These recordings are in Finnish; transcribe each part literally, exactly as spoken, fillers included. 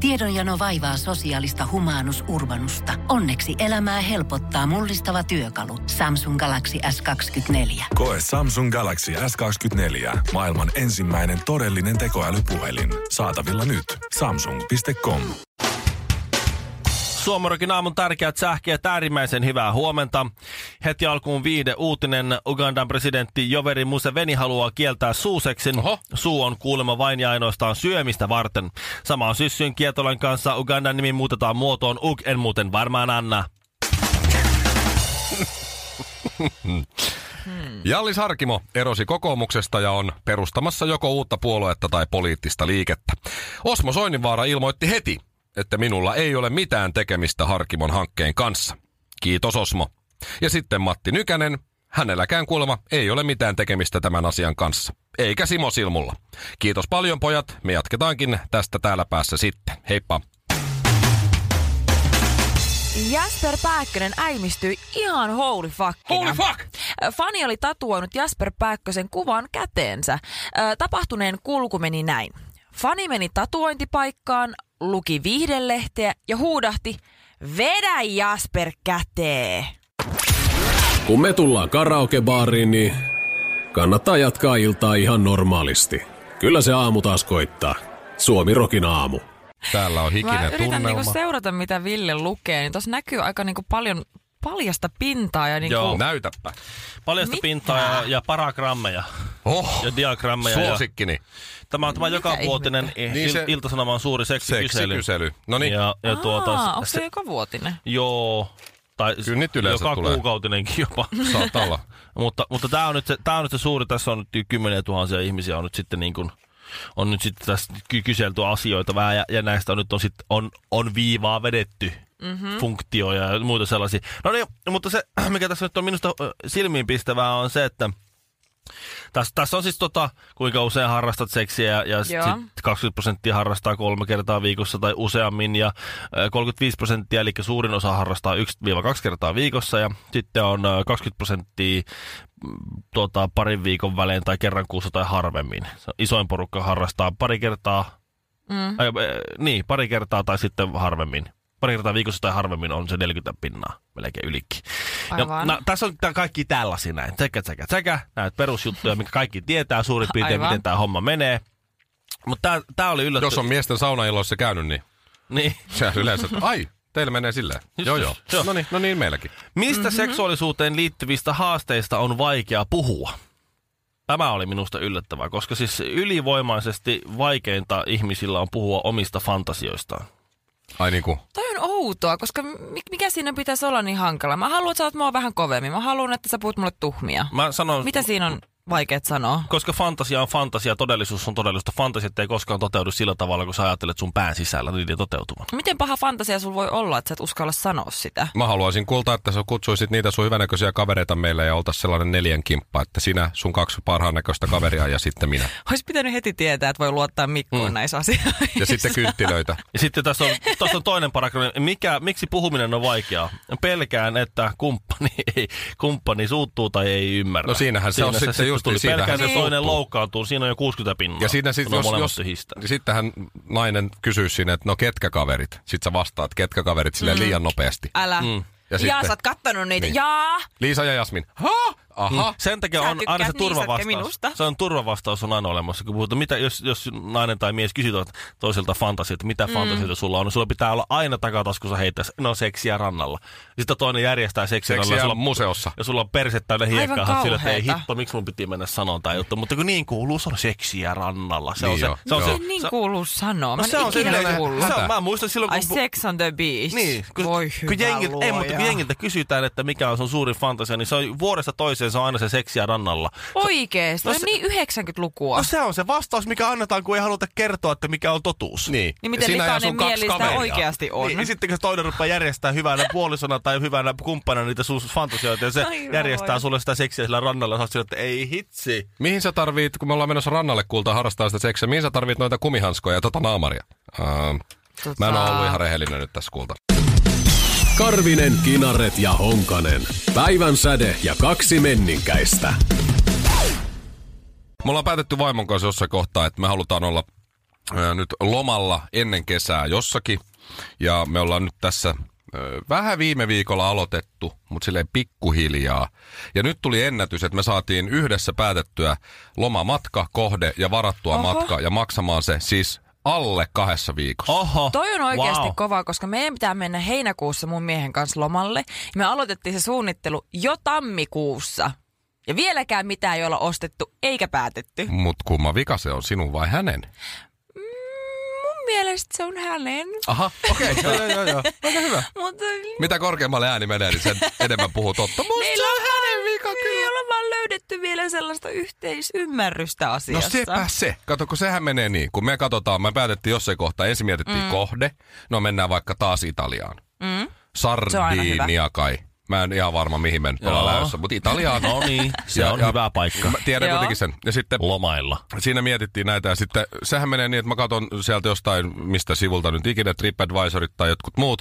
Tiedonjano vaivaa sosiaalista humanus urbanusta. Onneksi elämää helpottaa mullistava työkalu. Samsung Galaxy S kaksikymmentäneljä. Koe Samsung Galaxy S kaksikymmentäneljä. Maailman ensimmäinen todellinen tekoälypuhelin. Saatavilla nyt. samsung piste com. Suomarokin aamun tärkeät sähkeet, äärimmäisen hyvää huomenta. Heti alkuun viide uutinen. Ugandan presidentti Yoweri Museveni haluaa kieltää suuseksin. Oho. Suu on kuulemma vain ja ainoastaan syömistä varten. Samaan syssyn kietolan kanssa Ugandan nimi muutetaan muotoon Ug, en muuten varmaan anna. Jallis Harkimo erosi kokoomuksesta ja on perustamassa joko uutta puoluetta tai poliittista liikettä. Osmo Soininvaara ilmoitti heti, että minulla ei ole mitään tekemistä Harkimon hankkeen kanssa. Kiitos Osmo. Ja sitten Matti Nykänen, hänelläkään kuulemma ei ole mitään tekemistä tämän asian kanssa. Eikä Simo Silmulla. Kiitos paljon pojat, me jatketaankin tästä täällä päässä sitten. Heippa. Jasper Pääkkönen äimistyi ihan holy fuckina. Holy fuck! Fani oli tatuoinut Jasper Pääkkösen kuvan käteensä. Tapahtuneen kulku meni näin. Fani meni tatuointipaikkaan, luki viihdelehteä ja huudahti, vedä Jasper käteen. Kun me tullaan karaokebaariin, niin kannattaa jatkaa iltaa ihan normaalisti. Kyllä se aamu taas koittaa. Suomirokin aamu. Täällä on hikinen tunnelma. Mä yritän tunnelma. Niinku seurata, mitä Ville lukee, niin tuossa näkyy aika niinku paljon paljasta pintaa. Ja niinku... Joo, näytäpä. Paljasta Mitä? pintaa ja, ja paragrammeja. Oh, ja diagrammeja. suosikkini. Ja... Tämä on tämä jokavuotinen Niin se... il- Ilta-Sanoman suuri seksikysely. Seksikysely. No niin. Ja, ja tuota, Aa, onko se se... jokavuotinen? Joo. Tai Kyllä niitä yleensä joka tulee. kuukautinenkin jopa. Saattaa olla. mutta mutta tämä on, nyt se, tää on nyt se suuri, tässä on nyt kymmeniä tuhansia ihmisiä on nyt sitten niin kuin, on nyt sitten tässä ky- kyselty asioita vähän ja, ja näistä on nyt on, sit, on, on viivaa vedetty. Mm-hmm. Funktioja ja muita sellaisia. No niin, mutta se, mikä tässä nyt on minusta silmiinpistävää on se, että tässä, tässä on siis tota, kuinka usein harrastat seksiä ja, ja sit kaksikymmentä prosenttia harrastaa kolme kertaa viikossa tai useammin ja kolmekymmentäviisi prosenttia, eli suurin osa harrastaa yksi kaksi kertaa viikossa ja sitten on kaksikymmentä prosenttia tota, parin viikon välein tai kerran kuussa tai harvemmin. Isoin porukka harrastaa pari kertaa, mm. äh, niin, pari kertaa tai sitten harvemmin. Pari kertaa viikossa tai harvemmin on se neljäkymmentä pinnaa, melkein ylikin. Ja, no, tässä on kaikki tällaisia näin. Tsekä, tsekä, tsekä. Näitä perusjuttuja, mikä kaikki tietää suurin piirtein, aivan, miten tämä homma menee. Mutta tämä oli yllättävää. Jos on miesten saunailoissa käynyt, niin, niin. Se yleensä, ai, teillä menee silleen. Just, joo, joo. joo. No niin, no niin meilläkin. Mistä mm-hmm. seksuaalisuuteen liittyvistä haasteista on vaikea puhua? Tämä oli minusta yllättävää, koska siis ylivoimaisesti vaikeinta ihmisillä on puhua omista fantasioistaan. Ai niinku. Toi on outoa, koska mikä siinä pitäisi olla niin hankala? Mä haluan, että sä oot mua vähän kovemmin. Mä haluan, että sä puhut mulle tuhmia. Mä sanon, mitä siinä on vaikeet sanoa? Koska fantasia on fantasia, todellisuus on todellisuutta. Fantasiat ei koskaan toteudu sillä tavalla, kun sä ajattelet sun pään sisällä niiden toteutuvan. Miten paha fantasia sulla voi olla, että sä et uskalla sanoa sitä? Mä haluaisin kuulta, että sä kutsuisit niitä sun hyvänäköisiä kavereita meille ja oltais sellainen neljän kimppa, että sinä, sun kaksi parhaan näköistä kaveria ja sitten minä. Ois pitänyt heti tietää, että voi luottaa Mikkoon mm. näissä asioissa. Ja sitten kynttilöitä. Ja sitten tässä on, tässä on toinen paragrafi. Mikä, miksi puhuminen on vaikeaa? Pelkään, että kumppani, ei, kumppani suuttuu tai ei ymmärrä. No siinähän se on sitten just niin. Toinen loukkaantuu, siinä on jo kuusikymmentä pinnaa. Ja siinä sit, jos, jos, sittenhän nainen kysyy siinä, että no ketkä kaverit? Sitten sä vastaat, ketkä kaverit silleen mm. liian nopeasti. Älä. Mm. Ja Jaa, sitten, sä oot kattonut niitä. Niin. Jaa. Liisa ja Jasmin. Ha? Aha. Mm. Sen takia on aina se turvavastaus. Se on turvavastaus on aina olemassa. Kun puhutaan, mitä, jos, jos nainen tai mies kysyy toiselta fantasiaa, että mitä mm. fantasioita sulla on, niin sulla pitää olla aina takataskussa heittää, no seksiä rannalla. Sitten toinen järjestää seksiä, seksiä rannalla. museossa. Ja sulla on perset täynnä hiekkaa. Sillä, että ei hitto, miksi mun piti mennä sanoa tämä juttu. Mutta kun niin kuuluu, se on seksiä rannalla. Se niin on se, jo, se, on se, se, niin se kuuluu sanoa. Mä no, se on ikinä kuullut. Se on, mä muistan silloin, kun... Ai sex on the beach. Niin. Kun, voi kun hyvä jengiltä, luoja. ei, mutta kun jengiltä kysytään, että mikä on sun suurin fantasia, niin se on vuodesta toiseen se on aina se seksiä rannalla. Oikeesti? No se on niin yhdeksänkymmentälukua. No se on se vastaus, mikä annetaan, kun ei haluta kertoa, että mikä on totuus. Niin. Niin miten likainen mieli sitä oikeasti on. Niin, ja sitten kun toinen rupeaa järjestää hyvänä puolisona tai hyvänä kumppana niitä sun fantasioita, ja se Ai järjestää voi. sulle sitä seksiä sillä rannalla, ja sä oot sillä, että ei hitsi. Mihin sä tarvit, kun me ollaan menossa rannalle kuulta harrastaa sitä seksiä, mihin sä tarvit noita kumihanskoja ja tota naamaria? Uh, tota... Mä en ole ollut ihan rehellinen nyt tässä kuulta. Karvinen, Kinaret ja Honkanen. Päivän säde ja kaksi menninkäistä. Me ollaan päätetty vaimon kanssa jossain kohtaa, että me halutaan olla nyt lomalla ennen kesää jossakin. Ja me ollaan nyt tässä vähän viime viikolla aloitettu, mutta silleen pikkuhiljaa. Ja nyt tuli ennätys, että me saatiin yhdessä päätettyä lomamatka, kohde ja varattua Oho. matka ja maksamaan se siis alle kahdessa viikossa. Oho. Toi on oikeasti wow. kova, koska meidän pitää mennä heinäkuussa mun miehen kanssa lomalle. Me aloitettiin se suunnittelu jo tammikuussa. Ja vieläkään mitään ei olla ostettu eikä päätetty. Mut kumma vika se on, sinun vai hänen? Mm, mun mielestä se on hänen. Aha, okei. Okay. joo, joo, joo. Aika hyvä. Mutta, mitä korkeammalle ääni menee, niin sen enemmän puhuu totta. Musta se on hänen vika kyllä. Ei olla vaan löydetty vielä sellaista yhteisymmärrystä asiassa. No sepä se. Kato, kun sehän menee niin. Kun me katsotaan, me päätettiin jossain kohtaa, ensin mietittiin mm. kohde. No mennään vaikka taas Italiaan. Mm. Sardinia kai. Mä en ihan varma, mihin me nyt ollaan lähdössä, mutta Italiaan. No niin, se ja, on ja hyvä paikka. Mä tiedän Joo. kuitenkin sen. Ja sitten lomailla. Siinä mietittiin näitä ja sitten sehän menee niin, että mä katson sieltä jostain, mistä sivulta nyt ikinä, TripAdvisorit tai jotkut muut.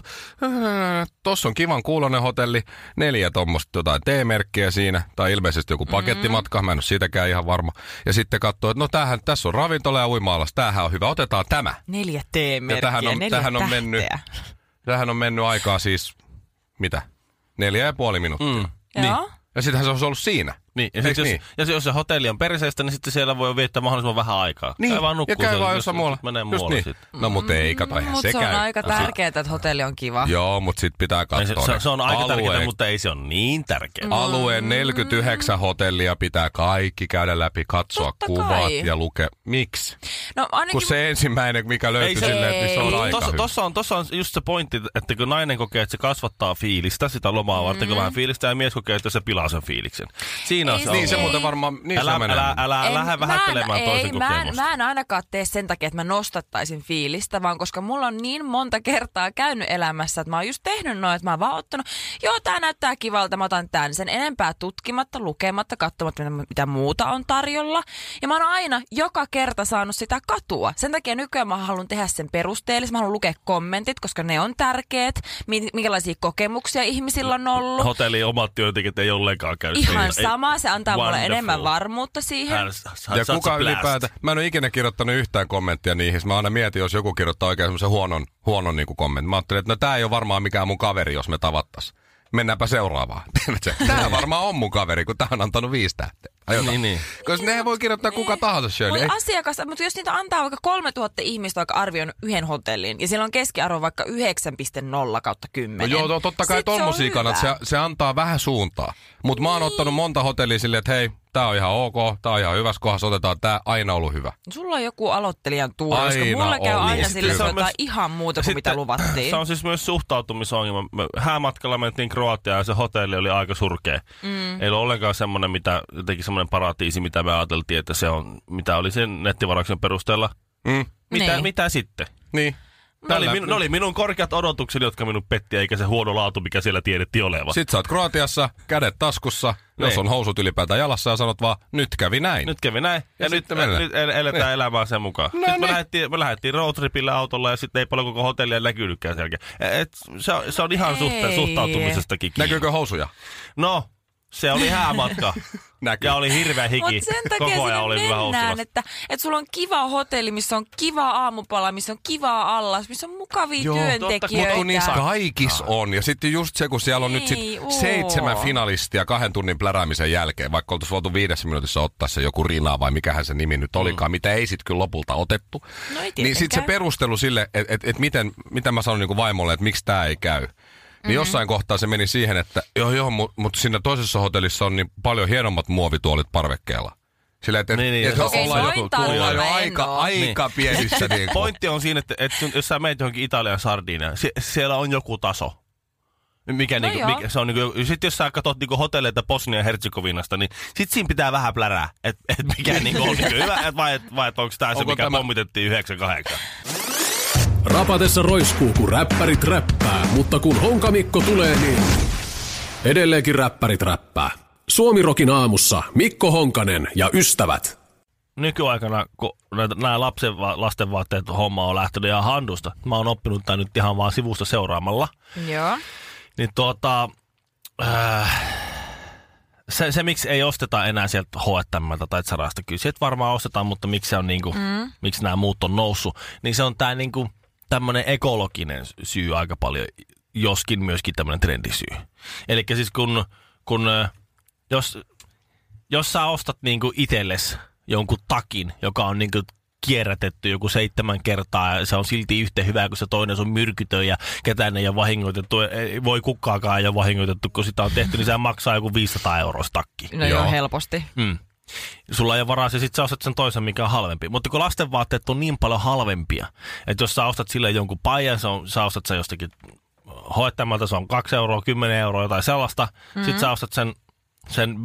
Tossa on kivan kuuloinen hotelli, neljä tommoista jotain T-merkkiä siinä, tai ilmeisesti joku pakettimatka, mä en ole siitäkään ihan varma. Ja sitten katsoo, että no tämähän, tässä on ravintola ja uima-alas, tämähän on hyvä, otetaan tämä. Neljä T-merkkiä, tähän on, neljä tähän on mennyt, tähän on mennyt aikaa siis, mitä? Neljä ja puoli minuuttia. Mm. Niin. Ja sittenhän se olisi ollut siinä. Niin. Ja, jos, niin? ja jos se hotelli on periseistä, niin sitten siellä voi viettää mahdollisimman vähän aikaa. Niin. Käy vaan nukkuu. Ja käy vaan jossain muualla. Menee muualle niin. sitten. No mutta ei, kato, eihän mm, se käy. käy. Se on aika tärkeää, että hotelli on kiva. Joo, mutta sitten pitää katsoa. Se, se on aika tärkeää, mutta ei se ole niin tärkeää. Mm. Alueen neljäkymmentäyhdeksän hotellia pitää kaikki käydä läpi, katsoa Totta kuvat kai. ja lukea. Miksi? No, ainakin... Kun se ensimmäinen, mikä löytyy silleen, niin se on aika tossa, hyvä. Tossa on, tossa on just se pointti, että kun nainen kokee, että se kasvattaa fiilistä, sitä lomaa varten, kun vähän fiilistä, ja mies kokee, että se pilaa sen fiiliksen. Siinä on se. Niin se muuten varmaan, niin älä, se menee. Älä, älä, älä lähde vähättelemään toisen ei, kokemusta. Mä, mä en ainakaan tee sen takia, että mä nostattaisin fiilistä, vaan koska mulla on niin monta kertaa käynyt elämässä, että mä oon just tehnyt noin, että mä oon vaan ottanut, joo tää näyttää kivalta, mä otan tän sen enempää tutkimatta, lukematta, katsomatta mitä, mitä muuta on tarjolla. Ja mä oon aina joka kerta saanut sitä katua. Sen takia nykyään mä haluan tehdä sen perusteellisesti, mä haluan lukea kommentit, koska ne on tärkeät, minkälaisia kokemuksia ihmisillä on ollut. Hotelli omat työntekijät ei ollenkaan käy. Ihan sama, se antaa Wonderful. mulle enemmän varmuutta siihen. Hän, hän, ja kuka ylipäätä, mä en ole ikinä kirjoittanut yhtään kommenttia niihin. Mä aina mietin, jos joku kirjoittaa oikein semmoisen huonon, huonon niin kommentin. Mä ajattelin, että no tää ei ole varmaan mikään mun kaveri, jos me tavattais. Mennäänpä seuraavaan. Tää varmaan on mun kaveri, kun tää on antanut viisi tähteä. Niin, niin. Koska ne voi kirjoittaa kuka tahansa, Shirley. Mutta asiakas, mutta jos niitä antaa vaikka kolmetuhatta ihmistä vaikka arvioinut yhden hotellin, ja siellä on keskiarvo vaikka yhdeksän pilkku nolla kautta kymmenen. No joo, totta kai tommosia kannat, se, se antaa vähän suuntaa. Mutta niin. Mä oon ottanut monta hotellia silleen, että hei, tää on ihan ok, tää on ihan hyvässä kohdassa, otetaan tää, aina ollut hyvä. Sulla on joku aloittelijan tuuri, koska mulla käy aina sille, että jotain ihan muuta kuin mitä luvattiin. Se on siis myös suhtautumisongelma. Häämatkalla mentiin Kroatiaan ja se hotelli oli aika surkea. Mm. Ei ole ollenkaan semmoinen, mitä, jotenkin semmoinen paratiisi, mitä me ajateltiin, että se on, mitä oli sen nettivarauksen perusteella. Mm. Mitä, niin. mitä sitten? Niin. Ne oli, minu, ne oli minun korkeat odotukseni, jotka minun petti, eikä se huono laatu, mikä siellä tiedettiin olevan. Sitten sä oot Kroatiassa, kädet taskussa, niin. Jos on housut ylipäätään jalassa ja sanot vaan, nyt kävi näin. Nyt kävi näin, ja, ja nyt, nyt eletään niin. elämää sen mukaan. No sitten niin. me, lähdettiin, me lähdettiin roadtripille autolla, ja sitten ei paljon koko hotellia näkynytkään sen jälkeen. Et se, on, se on ihan suhte, suhtautumisestakin kiinni. Näkyykö housuja? No. Se oli häämatka. Näkyy. Ja oli hirveä hiki. Mutta sen takia koko ajan oli mennään, että, että sulla on kiva hotelli, missä on kiva aamupala, missä on kiva allas, missä on mukavia Joo, työntekijöitä. Mutta kun niissä kaikissa on. Ja sitten just se, kun siellä on Ei, nyt sit seitsemän finalistia kahden tunnin pläräämisen jälkeen, vaikka oltaisiin voitu viidessä minuutissa ottaa se joku Rina vai mikähän se nimi nyt olikaan, mm. mitä ei sitten kyllä lopulta otettu. No niin sitten se perustelu sille, että et, et miten, miten mä sanon niin kuin vaimolle, että miksi tämä ei käy. Niin mm-hmm. jossain kohtaa se meni siihen, että joo joo, mutta mut siinä toisessa hotellissa on niin paljon hienommat muovituolit parvekkeella. Sillä että niin, niin, et, et okay, ollaan jo, ollaan jo aika, aika niin. pienissä. Niin pointti on siinä, että, että jos sä menet johonkin Italian Sardiniaan, sie, siellä on joku taso. Mikä no niinku, mikä, se on niinku, sit jos sä katsot niinku hotelleita Bosnia ja Herzegovinasta, niin sit siinä pitää vähän plärää, että et mikä niinku on niinku hyvä, et vai, vai et onko tää se, mikä tämä pommitettiin yhdeksänkymmentäkahdeksan. Rapatessa roiskuu, kun räppärit räppää, mutta kun Honkamikko tulee, niin edelleenkin räppärit räppää. Suomirokin aamussa Mikko Honkanen ja ystävät. Nykyaikana, kun nämä lapsen va- lastenvaatteet homma on lähtenyt ihan handusta, mä oon oppinut tämän nyt ihan vaan sivusta seuraamalla. Joo. Niin tuota, äh, se, se, miksi ei osteta enää sieltä H and M:ltä tai Zarasta, kyllä sieltä varmaan ostetaan, mutta miksi se on niinku, mm. miksi nämä muut on noussut, niin se on tää niinku tämmönen ekologinen syy aika paljon, joskin myöskin tämmönen trendisyy. Elikkä siis kun, kun jos, jos sä ostat niinku itelles jonkun takin, joka on niinku kierrätetty joku seitsemän kertaa ja se on silti yhtä hyvä kuin se toinen, se on myrkytön ja ketään ei ole vahingoitettu, ei voi kukkaakaan ei ole vahingoitettu, kun sitä on tehty, niin se maksaa joku viisisataa euroa takki. No joo, joo helposti. Mm. Sulla ei ole varaa, ja sit sä ostat sen toisen, mikä on halvempi. Mutta kun lastenvaatteet on niin paljon halvempia, että jos sä ostat sille jonkun paijan, sä ostat sen jostakin hoittamalta, se on kaksi euroa, kymmenen euroa tai sellaista, mm-hmm. sit sä ostat sen sen,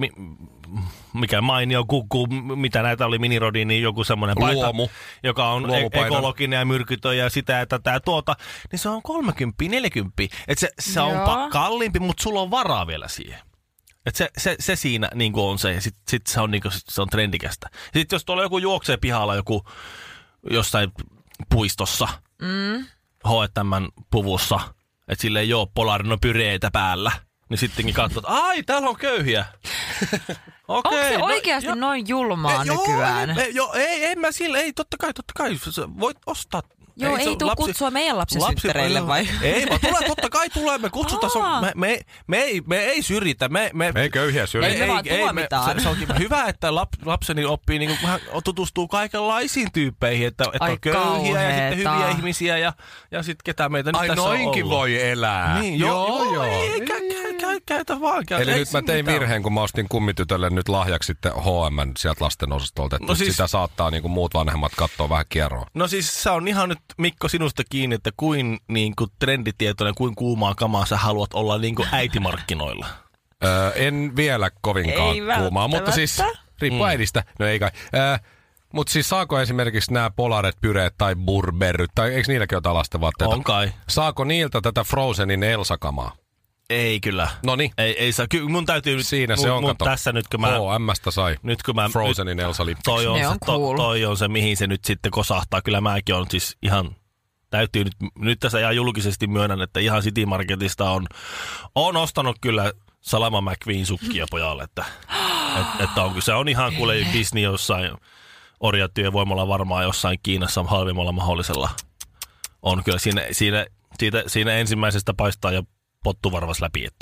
mikä mainio kukku, mitä näitä oli Minirodin, niin joku semmoinen paita, Luomu. joka on e- ekologinen ja myrkytön ja sitä ja tätä ja tuota, niin se on kolmekymmentä neljäkymmentä. Että se, se on pa- kalliimpi, mutta sulla on varaa vielä siihen. Että se, se, se siinä niin kuin on se, ja sitten sit se on, niin kuin, se on trendikästä. Sitten jos tuolla joku juoksee pihalla joku jossain puistossa, mm. H and M:n puvussa, että sille ei ole polarino-pyreitä päällä, niin sittenkin katsoo, että ai, täällä on köyhiä. Okei, onko se no, oikeasti jo, noin julmaa e, nykyään? Joo, ei, joo, ei, en mä sille, ei, totta kai, totta kai, voit ostaa. Joo, ei, ei tule lapsi, kutsua meidän lapsen lapsi, synttäreille vai? Ei, vaan tulee, totta kai tulee, me kutsutaan, me, me, me, ei, me ei syrjitä. Me, me, me ei köyhiä syrjitä. Me ei, vaan tuomitaan. Se, se onkin hyvä, että lap, lapseni oppii, niin kuin, tutustuu kaikenlaisiin tyyppeihin, että, että on köyhiä kauheeta. Ja sitten hyviä ihmisiä ja, ja sitten ketä meitä nyt ai tässä on ollut. Ai noinkin voi elää. Niin, joo, joo, joo. Ei, käy, käy, käy, käytä vaan. Käy. Eli ei nyt mä tein mitään virheen, kun mä ostin kummitytölle nyt lahjaksi sitten H and M sieltä lasten osastolta, että no siis, sitä saattaa niin kuin muut vanhemmat katsoa vähän kierroa. No siis se on ihan nyt, Mikko, sinusta kiinni, että kuin, niin kuin trenditietoinen, kuin kuumaa kamaa sä haluat olla niin kuin äitimarkkinoilla? öö, en vielä kovinkaan ei kuumaa, mutta siis riippuu mm. äidistä. No ei kai. Öö, mutta siis saako esimerkiksi nämä Polaret, pyreet tai burberryt, tai eikö niilläkin jotain lastenvaatteita? On kai. Saako niiltä tätä Frozenin Elsa-kamaa? Ei kyllä. Noniin. Ei, ei saa. Kyllä mun täytyy nyt. Siinä mun, se on, mun kato. Tässä nyt kun mä. H and M:stä sai. Nyt kun mä. Frozenin nyt, Elsa-lippiksi. Toi on, se, on cool. to, toi on se, mihin se nyt sitten kosahtaa. Kyllä mäkin on siis ihan. Täytyy nyt, nyt tässä ihan julkisesti myönnän, että ihan City Marketista on, on ostanut kyllä Salama McQueen sukkia pojalle, että, et, että on, se on ihan kuule Disney jossain orjatyövoimalla varmaan jossain Kiinassa halvimmalla mahdollisella. On kyllä siinä, siinä, siitä, siinä ensimmäisestä paistaa jo pottuvarvas läpi, että.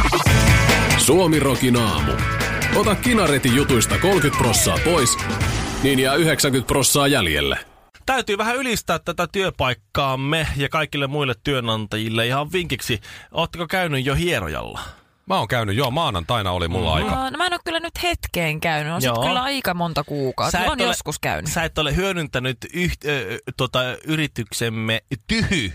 Suomi-rokin aamu. Ota Kinaretin jutuista kolmekymmentä prossaa pois, niin jää yhdeksänkymmentä prossaa jäljelle. Täytyy vähän ylistää tätä työpaikkaamme ja kaikille muille työnantajille ihan vinkiksi. Ootteko käynyt jo hierojalla? Mä oon käynyt, joo, maanantaina oli mulla mm. aika. No, no mä en oo kyllä nyt hetkeen käynyt, on sit kyllä aika monta kuukautta. Mä oon ole, joskus käynyt. Sä et ole hyödyntänyt yht, ö, tota, yrityksemme tyhy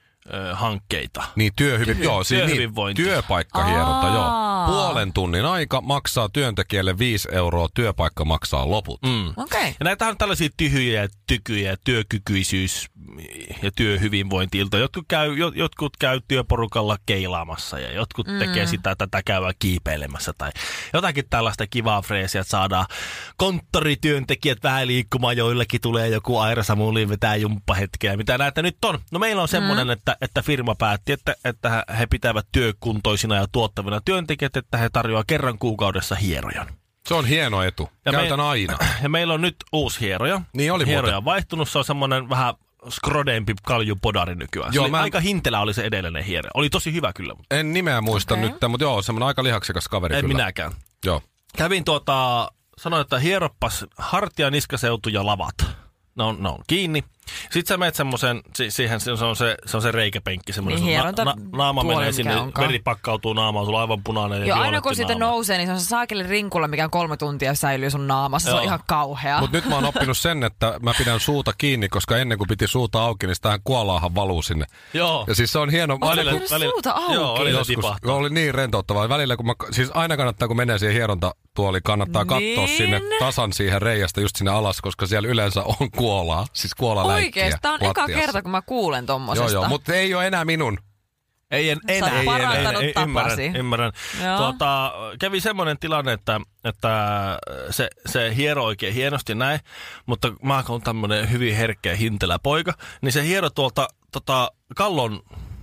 hankkeita. Niin, työhyvin, joo, siis työhyvinvointi. Niin, työpaikkahieronta, joo. Puolen tunnin aika maksaa työntekijälle viisi euroa, työpaikka maksaa loput. Mm. Okay. Ja näitä on tällaisia tyhyjä ja tykyjä, työkykyisyys ja työhyvinvointi-iltoja. Jotkut käy, jotkut käy työporukalla keilaamassa ja jotkut mm. tekee sitä tätä käyvää kiipeilemässä tai jotakin tällaista kivaa freesiä, että saadaan konttorityöntekijät vähän liikkumaan, joillekin tulee joku Aira Samuliin vetää jumppahetkeä. Mitä näitä nyt on? No meillä on semmoinen, mm. että, että firma päätti, että, että he pitävät työkuntoisina ja tuottavina työntekijät, että he tarjoaa kerran kuukaudessa hierojan. Se on hieno etu. Ja käytän me, aina. Ja meillä on nyt uusi hieroja. Niin oli hieroja muuten. on vaihtunut, se on semmoinen vähän skrodeempi kaljupodari nykyään. Joo, oli mä... aika hintelä oli se edellinen hiero. Oli tosi hyvä kyllä. En nimeä muista okay. nyt, mutta joo, semmoinen aika lihaksikas kaveri en kyllä. En minäkään. Joo. Kävin tuota, sanoin, että hieroppas hartia, niskaseutu ja lavat. Ne on, ne on kiinni. Sitten sä menet semmoisen, siihen se on se, se, on se reikäpenkki, semmoinen niin, na, na, naama menee sinne, onkaan. Veri pakkautuu naamaan, sulla on aivan punainen. Joo, aina kun siitä nousee, niin se on se saakeli rinkulla, mikä on kolme tuntia säilyy sun naamassa. Joo. Se on ihan kauhea. Mutta nyt mä oon oppinut sen, että mä pidän suuta kiinni, koska ennen kuin piti suuta auki, niin sitähän kuolaahan valuu sinne. Joo. Ja siis se on hieno. Oletko välillä, välillä, suuta auki? Joo, välillä tipahtaa. Oli niin rentouttavaa. Välillä, kun mä, siis aina kannattaa, kun menee siihen hierontatuoliin, kannattaa niin. katsoa sinne tasan siihen reiästä just sinne alas, koska siellä yleensä on kuolaa. Siis kuolaläikkiä. Oikeesti, tää on eka kerta, kun mä kuulen tommosesta. Joo, joo, mutta ei ole enää minun. Ei en, enää. Sä oot parantanut ei, ei, tapasi. Ymmärrän, ymmärrän. Tuota, kävi semmoinen tilanne, että, että se, se hiero oikein hienosti näin, mutta mä oon tämmönen hyvin herkkä hintelä poika, niin se hiero tuolta tota, kallon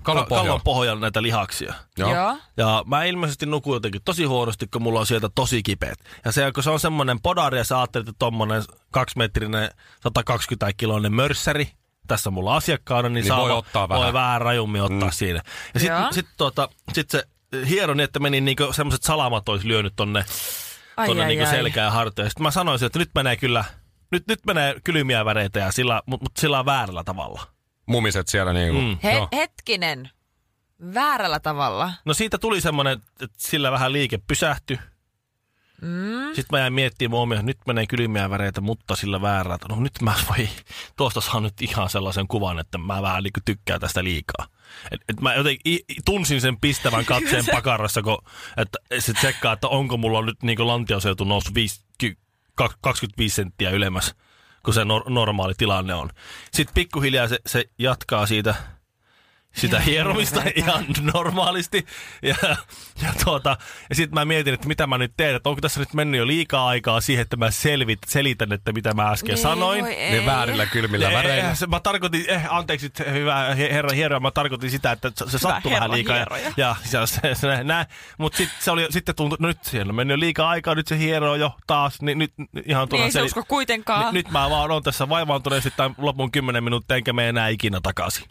Kallon pohjalla. kallon pohjalla näitä lihaksia. Joo. Joo. Ja mä ilmeisesti nukun jotenkin tosi huonosti, kun mulla on sieltä tosi kipeät. Ja se, kun se on semmoinen podari ja sä ajattelet, että tommonen kaksimetrinen, sata kaksikymmentä kiloinen mörssäri, tässä on mulla asiakkaana, niin, Niin saa voi ottaa vähän. voi vähän rajummin ottaa Mm. siinä. Ja sit, Joo. sit, tuota, sit se hiero niin, että meni niinku semmoiset salamat olisi lyönyt tonne, Ai, tonne ai, niinku ai. selkään ja hartoja. Sitten mä sanoisin, että nyt menee kyllä, nyt, nyt menee kylmiä väreitä, ja sillä, mutta mut sillä on väärällä tavalla. Mumiset siellä niinku. Mm. He, Joo. hetkinen. Väärällä tavalla. No siitä tuli semmoinen, että sillä vähän liike pysähtyi. Mm. Sitten mä jäin miettimään mun omia, nyt menee kylmiä väreitä, mutta sillä väärää. No nyt mä voi, tuosta saan nyt ihan sellaisen kuvan, että mä vähän niin tykkään tästä liikaa. Et, et mä jotenkin tunsin sen pistävän katseen pakarassa, kun että se tsekkaa, että onko mulla nyt niin lantioseutu noussut viisi, kaksikymmentäviisi senttiä ylemmäs, kun se nor- normaali tilanne on. Sitten pikkuhiljaa se, se jatkaa siitä sitä hieromista ihan normaalisti. Ja, ja, tuota, ja sitten mä mietin, että mitä mä nyt teen, että onko tässä nyt mennyt jo liikaa aikaa siihen, että mä selvit, selitän, että mitä mä äsken Ei, sanoin. voi ei. Ne väärillä kylmillä Eh, väreillä. eh, se, mä tarkoitin, eh, anteeksi hyvä herra hieroja, mä tarkoitin sitä, että se, se sattui vähän herra liikaa. hieroja. Ja, ja se, se, näin. Mutta sitten se oli, sitten tuntui, no nyt siellä on mennyt jo liikaa aikaa, nyt se hieroo jo taas. Niin, nyt ihan Niin turha ei se usko kuitenkaan. N- nyt mä vaan on tässä vaivaantuneesti tämän lopun kymmenen minuuttia, enkä mene enää ikinä takaisin.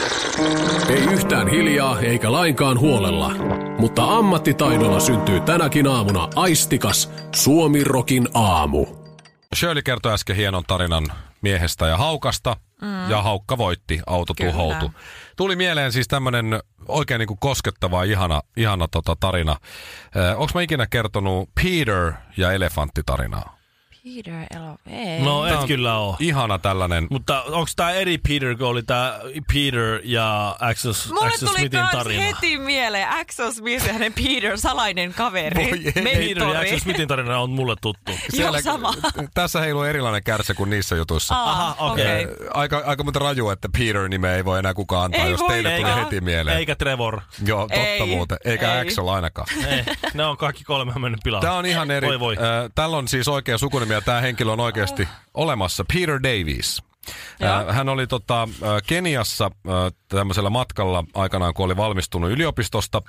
Ei yhtään hiljaa eikä lainkaan huolella, mutta ammattitaidolla syntyy tänäkin aamuna aistikas Suomi-rokin aamu. Shirley kertoi äsken hienon tarinan miehestä ja haukasta, mm. ja haukka voitti, auto Kyllä. tuhoutui. Tuli mieleen siis tämmönen oikein niinku koskettava, ihana, ihana tota tarina. Eh, onks mä ikinä kertonut Peter ja elefanttitarinaa? Peter Elo... Ei. No Tää et on kyllä oo. Ihana tällainen. Mutta onko tämä eri Peter, kun oli tämä Peter ja Axel, Mulle Axel tuli Smithin kans tarina? heti mieleen Axel Smith ja hänen Peter, salainen kaveri. Voi ei. Peter ja Mentori. Axel Smithin tarina on mulle tuttu. Joo, sama. Tässä heiluu erilainen kärsä kuin niissä jutuissa. Aha, okei. okei. Aika, aika monta rajua, että Peter-nimeä ei voi enää kukaan antaa, Ei jos voi, teille eikä. tulee heti mieleen. Eikä Trevor. Joo, totta Ei, muuten. Eikä ei. Axel ainakaan. Ei, ne on kaikki kolme mennyt pilalle. Tämä on ihan eri. Voi voi. Äh, tällä on siis oikea sukunimi ja tämä henkilö on oikeasti olemassa. Peter Davies. Äh, hän oli tota, äh, Keniassa äh, tämmöisellä matkalla aikanaan, kun oli valmistunut yliopistosta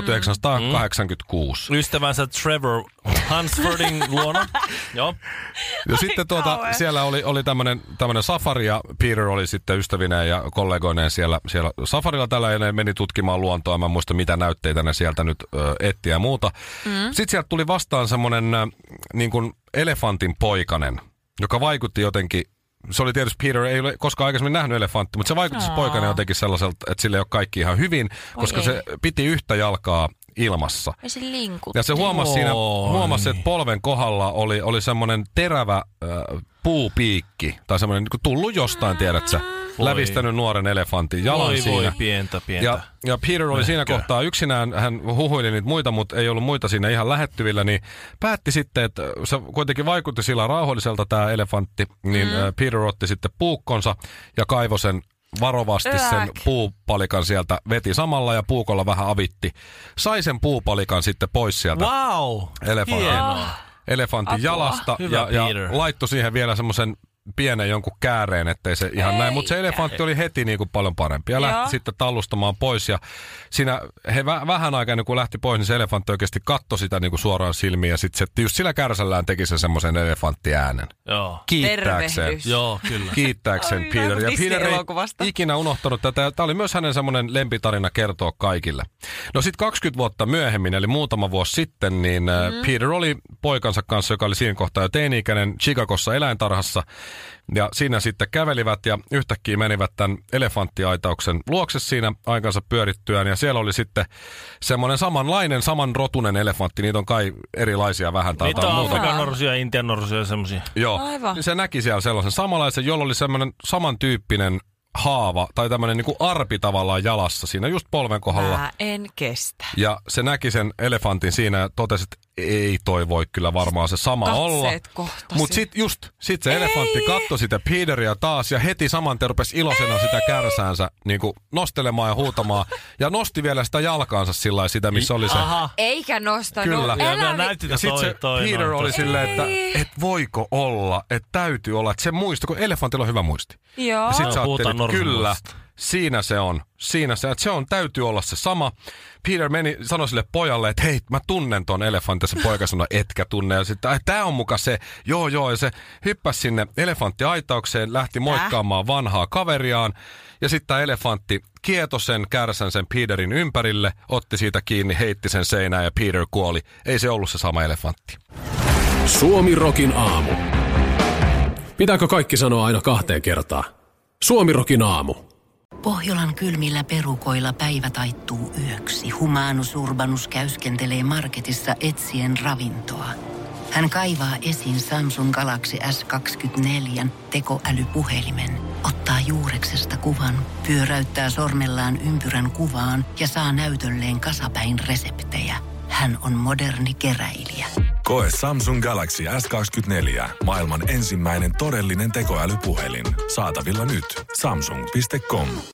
tuhatyhdeksänsataakahdeksankymmentäkuusi. Ystävänsä Trevor Hansfordin luona. Joo. Ja sitten tuota, kauhean. siellä oli, oli tämmöinen tämmöinen safari ja Peter oli sitten ystävineen ja kollegoineen siellä, siellä safarilla tällä ja ne meni tutkimaan luontoa. Mä en muista mitä näytteitä ne sieltä nyt ö, etti ja muuta. Mm. Sitten sieltä tuli vastaan semmoinen ö, niin kuin elefantin poikanen, joka vaikutti jotenkin. Se oli tietysti Peter, ei ole koskaan aikaisemmin nähnyt elefantti, mutta se vaikutti se poikanen jotenkin sellaiselta, että sillä ei ole kaikki ihan hyvin, koska ei. se piti yhtä jalkaa ilmassa. Ei se linkut. Ja se huomasi siinä, Oi. huomasi, että polven kohdalla oli, oli semmoinen terävä äh, puupiikki, tai semmoinen niin kuin tullut jostain, tiedätkö, lävistänyt nuoren elefantin jalan Voi siinä. voi, pientä, pientä. Ja, ja Peter oli siinä Möhkö. kohtaa yksinään, hän huhuili niitä muita, mutta ei ollut muita siinä ihan lähettyvillä, niin päätti sitten, että se kuitenkin vaikutti sillä rauhalliselta tämä elefantti, niin mm. Peter otti sitten puukkonsa ja kaivoi sen varovasti Ääk. sen puupalikan sieltä, veti samalla ja puukolla vähän avitti. Sai sen puupalikan sitten pois sieltä Wow, elefantin, hienoa. elefantin Apua. jalasta Hyvä, ja, ja Peter. laittoi siihen vielä semmoisen pienen jonkun kääreen, ettei se ihan Ei. näin. Mutta se elefantti oli heti niin kuin paljon parempi ja Joo. lähti sitten tallustamaan pois. Ja siinä he vä- vähän aikaa ennen kuin lähti pois, niin se elefantti oikeasti katsoi sitä niin kuin suoraan silmiin. Ja sitten se just sillä kärsällään teki sen semmoisen elefanttiäänen. Joo. Kiittääkseen. Tervehdys. Joo, kyllä. Kiittääkseen Ai, Peter. Ja Peter ei Disney-elokuvasta. ikinä unohtanut tätä. Tämä oli myös hänen semmoinen lempitarina kertoa kaikille. No sitten kaksikymmentä vuotta myöhemmin, eli muutama vuosi sitten, niin mm. Peter oli poikansa kanssa, joka oli siinä kohtaa jo teini-ikäinen Chicagossa eläintarhassa. Ja siinä sitten kävelivät ja yhtäkkiä menivät tämän elefanttiaitauksen luokse siinä aikansa pyörittyään. Ja siellä oli sitten semmoinen samanlainen, samanrotunen elefantti. Niitä on kai erilaisia vähän tai Niitä jotain on muuta. Afrikan norsuja, Intian norsuja ja semmosia. Joo, Aivan. niin se näki siellä sellaisen samanlaisen, jolla oli semmoinen samantyyppinen haava tai tämmöinen niin kuin arpi tavallaan jalassa siinä just polven kohdalla. Mä en kestä. Ja se näki sen elefantin siinä ja totesi, että ei toi voi kyllä varmaan se sama Katseet olla. kohtasi. Mutta sitten just, sit se Ei. elefantti katsoi sitä Peteria taas ja heti saman tien rupesi iloisena ei. sitä kärsäänsä niin kuin nostelemaan ja huutamaan. Ja nosti vielä sitä jalkaansa sillä lailla sitä, missä oli se. Aha. Eikä nostanut. Kyllä. Ja Älä mä vi- näytin, Ja että sitten toi, se toi Peter noin oli tossa. silleen, että Ei. et voiko olla, että täytyy olla, että se muisto, kun elefantilla on hyvä muisti. Joo. Ja sit No, sä puhutaan ajattelit, kyllä, norsunluusta. Siinä se on. Siinä se, että se on, täytyy olla se sama. Peter meni, sanoi sille pojalle, että hei, mä tunnen ton elefantin. Se poika sanoi, etkä tunne. Ja sitten, tää on muka se, joo joo. Ja se hyppäsi sinne elefanttiaitaukseen, lähti moikkaamaan vanhaa kaveriaan. Ja sitten tämä elefantti kietoi sen kärsän sen Peterin ympärille, otti siitä kiinni, heitti sen seinään ja Peter kuoli. Ei se ollut se sama elefantti. Suomi Rokin aamu. Pitääkö kaikki sanoa aina kahteen kertaan? Suomi Rokin aamu. Pohjolan kylmillä perukoilla päivä taittuu yöksi. Humanus Urbanus käyskentelee marketissa etsien ravintoa. Hän kaivaa esiin Samsung Galaxy S kaksikymmentäneljä tekoälypuhelimen, ottaa juureksesta kuvan, pyöräyttää sormellaan ympyrän kuvaan ja saa näytölleen kasapäin reseptejä. Hän on moderni keräilijä. Koe Samsung Galaxy S kaksikymmentäneljä, maailman ensimmäinen todellinen tekoälypuhelin. Saatavilla nyt. Samsung piste com.